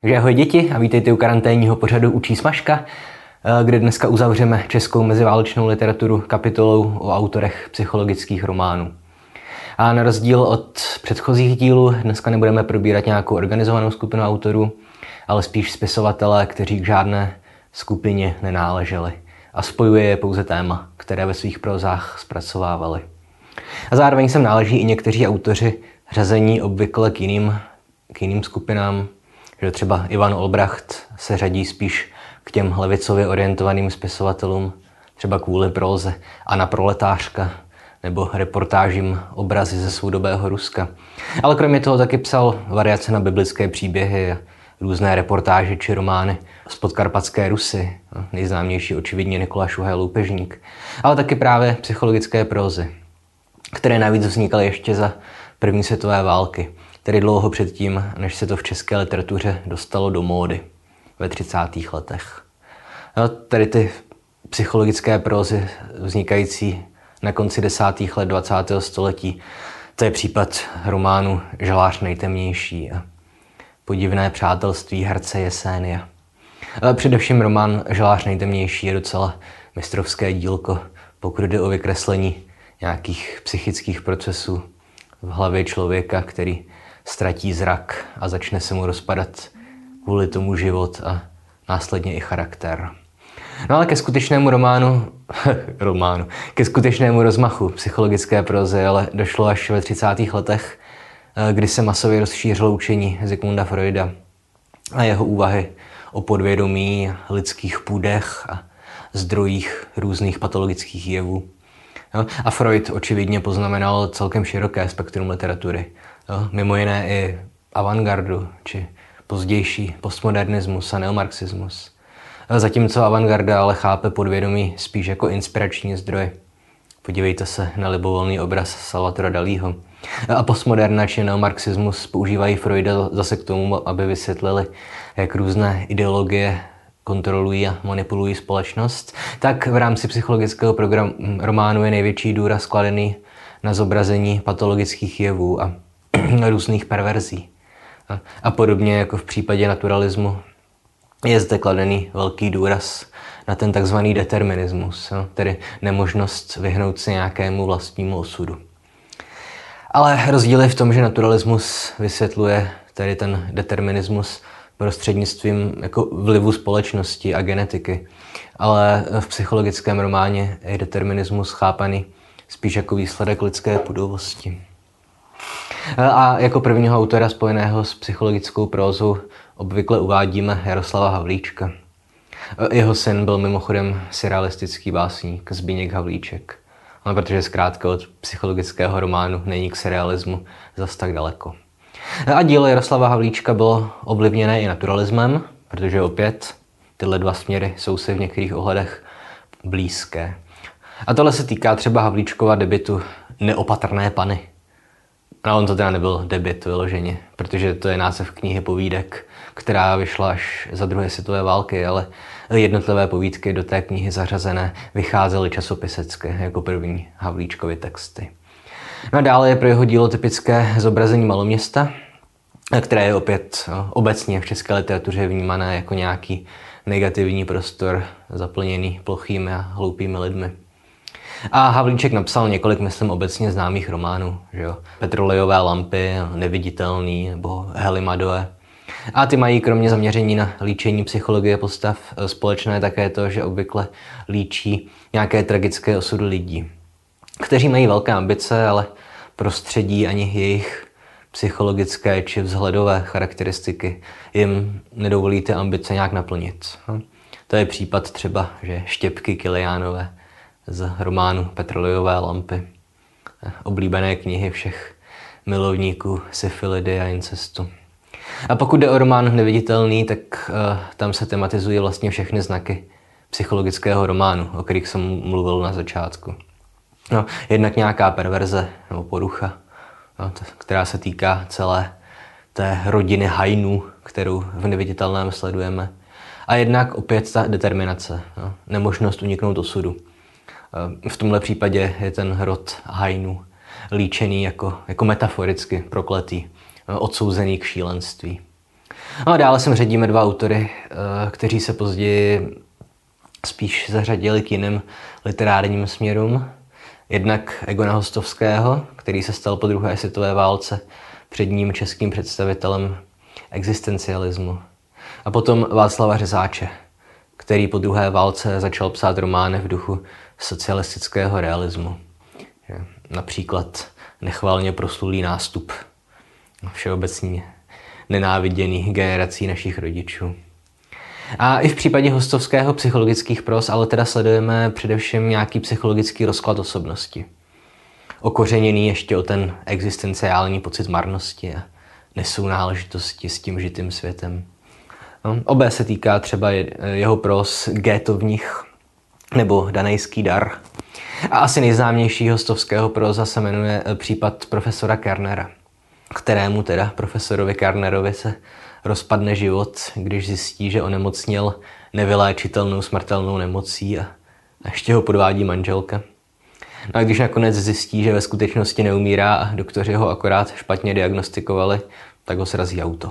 Takže ahoj děti a vítejte u karanténního pořadu Učí Smažka, kde dneska uzavřeme českou meziválečnou literaturu kapitolou o autorech psychologických románů. A na rozdíl od předchozích dílů dneska nebudeme probírat nějakou organizovanou skupinu autorů, ale spíš spisovatele, kteří k žádné skupině nenáleželi. A spojuje je pouze téma, které ve svých prózách zpracovávali. A zároveň sem náleží i někteří autoři řazení obvykle k jiným skupinám, že třeba Ivan Olbracht se řadí spíš k těm levicově orientovaným spisovatelům, třeba kvůli próze Anna Proletářka nebo reportážím Obrazy ze soudobého Ruska. Ale kromě toho taky psal variace na biblické příběhy a různé reportáže či romány z podkarpatské Rusy, nejznámější očividně Nikola Šuhaj Loupežník, ale taky právě psychologické prózy, které navíc vznikaly ještě za první světové války, tedy dlouho předtím, než se to v české literatuře dostalo do módy ve 30. letech. Tady ty psychologické prózy vznikající na konci 10. let 20. století, to je případ románu Žalář nejtemnější a Podivné přátelství herce Jesénia. Ale především román Žalář nejtemnější je docela mistrovské dílko, pokud jde o vykreslení nějakých psychických procesů v hlavě člověka, který ztratí zrak a začne se mu rozpadat kvůli tomu život a následně i charakter. No ale ke skutečnému ke skutečnému rozmachu psychologické prózy ale došlo až ve 30. letech, kdy se masově rozšířilo učení Sigmunda Freuda a jeho úvahy o podvědomí, lidských půdech a zdrojích různých patologických jevů. A Freud očividně poznamenal celkem široké spektrum literatury. Mimo jiné i avantgardu, či pozdější postmodernismus a neomarxismus. Zatímco avantgarda ale chápe podvědomí spíš jako inspirační zdroj. Podívejte se na libovolný obraz Salvatora Dalího. A postmoderna či neomarxismus používají Freuda zase k tomu, aby vysvětlili, jak různé ideologie kontrolují a manipulují společnost, tak v rámci psychologického románu je největší důraz kladený na zobrazení patologických jevů a různých perverzí. A podobně jako v případě naturalismu je zde kladený velký důraz na ten takzvaný determinismus, tedy nemožnost vyhnout se nějakému vlastnímu osudu. Ale rozdíl je v tom, že naturalismus vysvětluje tedy ten determinismus prostřednictvím jako vlivu společnosti a genetiky. Ale v psychologickém románě je determinismus chápaný spíš jako výsledek lidské pudovosti. A jako prvního autora spojeného s psychologickou prózou obvykle uvádíme Jaroslava Havlíčka. Jeho syn byl mimochodem surrealistický básník Zbyněk Havlíček. No, protože zkrátka od psychologického románu není k surrealismu zas tak daleko. A dílo Jaroslava Havlíčka bylo ovlivněné i naturalismem, protože opět tyhle dva směry jsou si v některých ohledech blízké. A tohle se týká třeba Havlíčkova debutu Neopatrné pany. A on to teda nebyl debut vyloženě, protože to je název knihy povídek, která vyšla až za druhé světové války, ale jednotlivé povídky do té knihy zařazené vycházely časopisecky jako první Havlíčkovy texty. No a dále je pro jeho dílo typické zobrazení maloměsta, které je opět obecně v české literatuře vnímané jako nějaký negativní prostor zaplněný plochými a hloupými lidmi. A Havlíček napsal několik, myslím, obecně známých románů, že jo? Petrolejové lampy, Neviditelný nebo Helimadoe. A ty mají kromě zaměření na líčení psychologie postav společné také to, že obvykle líčí nějaké tragické osudy lidí, kteří mají velké ambice, ale prostředí ani jejich psychologické či vzhledové charakteristiky jim nedovolí ty ambice nějak naplnit. To je případ třeba, že Štěpky Kiliánové z románu Petrolejové lampy, oblíbené knihy všech milovníků syfilidy a incestu. A pokud jde o román Neviditelný, tak tam se tematizují vlastně všechny znaky psychologického románu, o kterých jsem mluvil na začátku. No, jednak nějaká perverze nebo porucha, která se týká celé té rodiny Hainů, kterou v Neviditelném sledujeme. A jednak opět ta determinace, nemožnost uniknout osudu. V tomhle případě je ten rod Hainů líčený jako metaforicky prokletý, odsouzený k šílenství. No a dále sem řadíme dva autory, kteří se později spíš zařadili k jiným literárním směrům. Jednak Egona Hostovského, který se stal po druhé světové válce předním českým představitelem existencialismu. A potom Václava Řezáče, který po druhé válce začal psát romány v duchu socialistického realismu. Například nechvalně proslulý Nástup, všeobecně nenáviděný generací našich rodičů. A i v případě Hostovského psychologických pros ale teda sledujeme především nějaký psychologický rozklad osobnosti. Okořeněný ještě o ten existenciální pocit marnosti a nesounáležitosti s tím žitým světem. No, obé se týká třeba jeho pros Gétovních nebo Danajský dar. A asi nejznámější Hostovského proza se jmenuje Případ profesora Kernera, kterému teda profesorovi Kernerovi se rozpadne život, když zjistí, že onemocněl nevyléčitelnou smrtelnou nemocí a ještě ho podvádí manželka. No a když nakonec zjistí, že ve skutečnosti neumírá a doktoři ho akorát špatně diagnostikovali, tak ho srazí auto.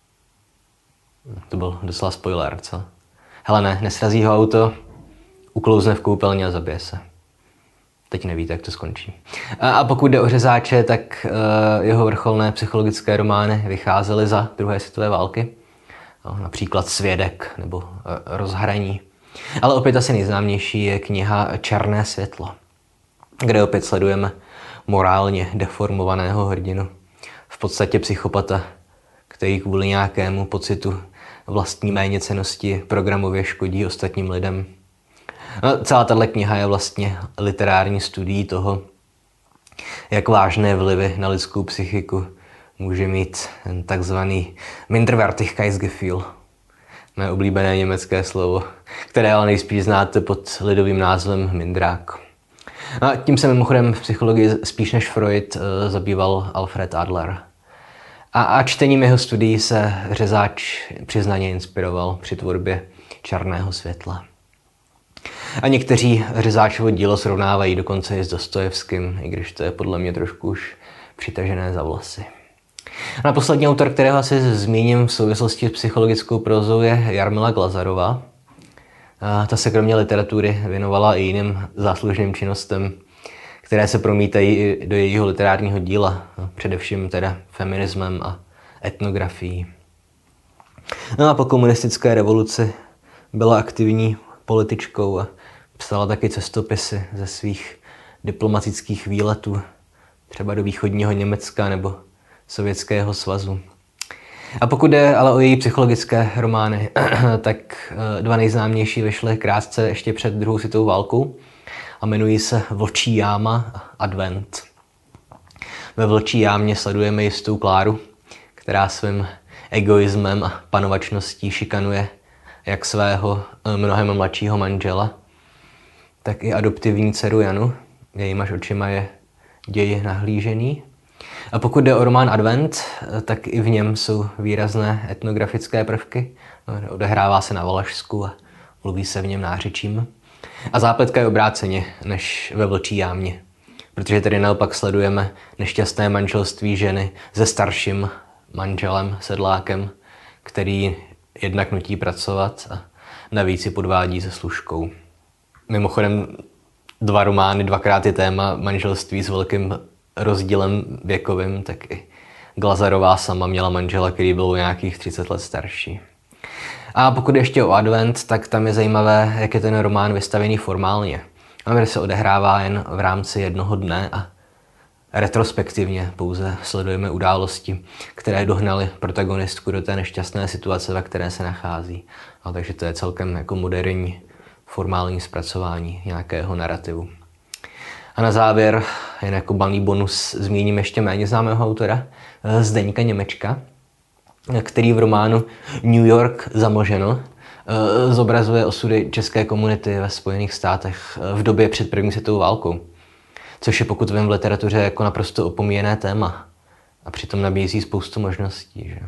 To byl docela spoiler, co? Hele ne, nesrazí ho auto, uklouzne v koupelně a zabije se. Teď nevíte, jak to skončí. A pokud jde o Řezáče, tak jeho vrcholné psychologické romány vycházely za druhé světové války. Například Svědek nebo Rozhraní. Ale opět asi nejznámější je kniha Černé světlo, kde opět sledujeme morálně deformovaného hrdinu. V podstatě psychopata, který kvůli nějakému pocitu vlastní méněcennosti programově škodí ostatním lidem. No, celá tato kniha je vlastně literární studií toho, jak vážné vlivy na lidskou psychiku může mít ten takzvaný Minderwertigkeitsgefühl, mé oblíbené německé slovo, které ale nejspíš znáte pod lidovým názvem mindrák. A tím se mimochodem v psychologii spíš než Freud zabýval Alfred Adler. A čtením jeho studií se Řezáč přiznaně inspiroval při tvorbě Černého světla. A někteří Řezáčovo dílo srovnávají dokonce i s Dostojevským, i když to je podle mě trošku už přitažené za vlasy. A poslední autor, kterého asi zmíním v souvislosti s psychologickou prózou, je Jarmila Glazarová. A ta se kromě literatury věnovala i jiným záslužným činnostem, které se promítají i do jejího literárního díla, především teda feminismem a etnografií. No a po komunistické revoluci byla aktivní političkou a psala taky cestopisy ze svých diplomatických výletů, třeba do východního Německa nebo Sovětského svazu. A pokud jde ale o její psychologické romány, tak dva nejznámější vyšly krátce ještě před druhou světovou válkou a jmenují se Vlčí jáma a Advent. Ve Vlčí jámě sledujeme jistou Kláru, která svým egoismem a panovačností šikanuje jak svého mnohem mladšího manžela, tak i adoptivní dceru Janu, jejímaž očima je děj nahlížený. A pokud jde o román Advent, tak i v něm jsou výrazné etnografické prvky. Odehrává se na Valašsku a mluví se v něm nářečím. A zápletka je obráceně než ve Vlčí jámě, protože tady naopak sledujeme nešťastné manželství ženy se starším manželem, sedlákem, který jednak nutí pracovat a navíc si podvádí se služkou. Mimochodem dva romány, dvakrát je téma manželství s velkým rozdílem věkovým, tak i Glazarová sama měla manžela, který byl nějakých 30 let starší. A pokud ještě o Advent, tak tam je zajímavé, jak je ten román vystavený formálně. Kde se odehrává jen v rámci jednoho dne a retrospektivně pouze sledujeme události, které dohnaly protagonistku do té nešťastné situace, ve které se nachází. A takže to je celkem jako moderní formální zpracování nějakého narrativu. A na závěr, jen jako malý bonus, zmíním ještě méně známého autora, Zdeňka Němečka, který v románu New York zamlženo zobrazuje osudy české komunity ve Spojených státech v době před první světovou válkou. Což je, pokud vím, v literatuře jako naprosto opomíjené téma. A přitom nabízí spoustu možností. Že?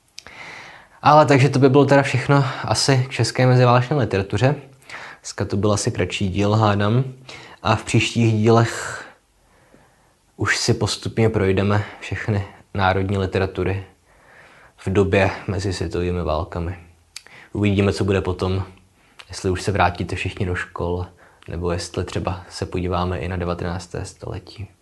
Ale takže to by bylo teda všechno asi k české meziválečné literatuře. Dneska to byl asi kratší díl, hádám. A v příštích dílech už si postupně projdeme všechny národní literatury. v době mezi světovými válkami. Uvidíme, co bude potom, jestli už se vrátíte všichni do škol, nebo jestli třeba se podíváme i na 19. století.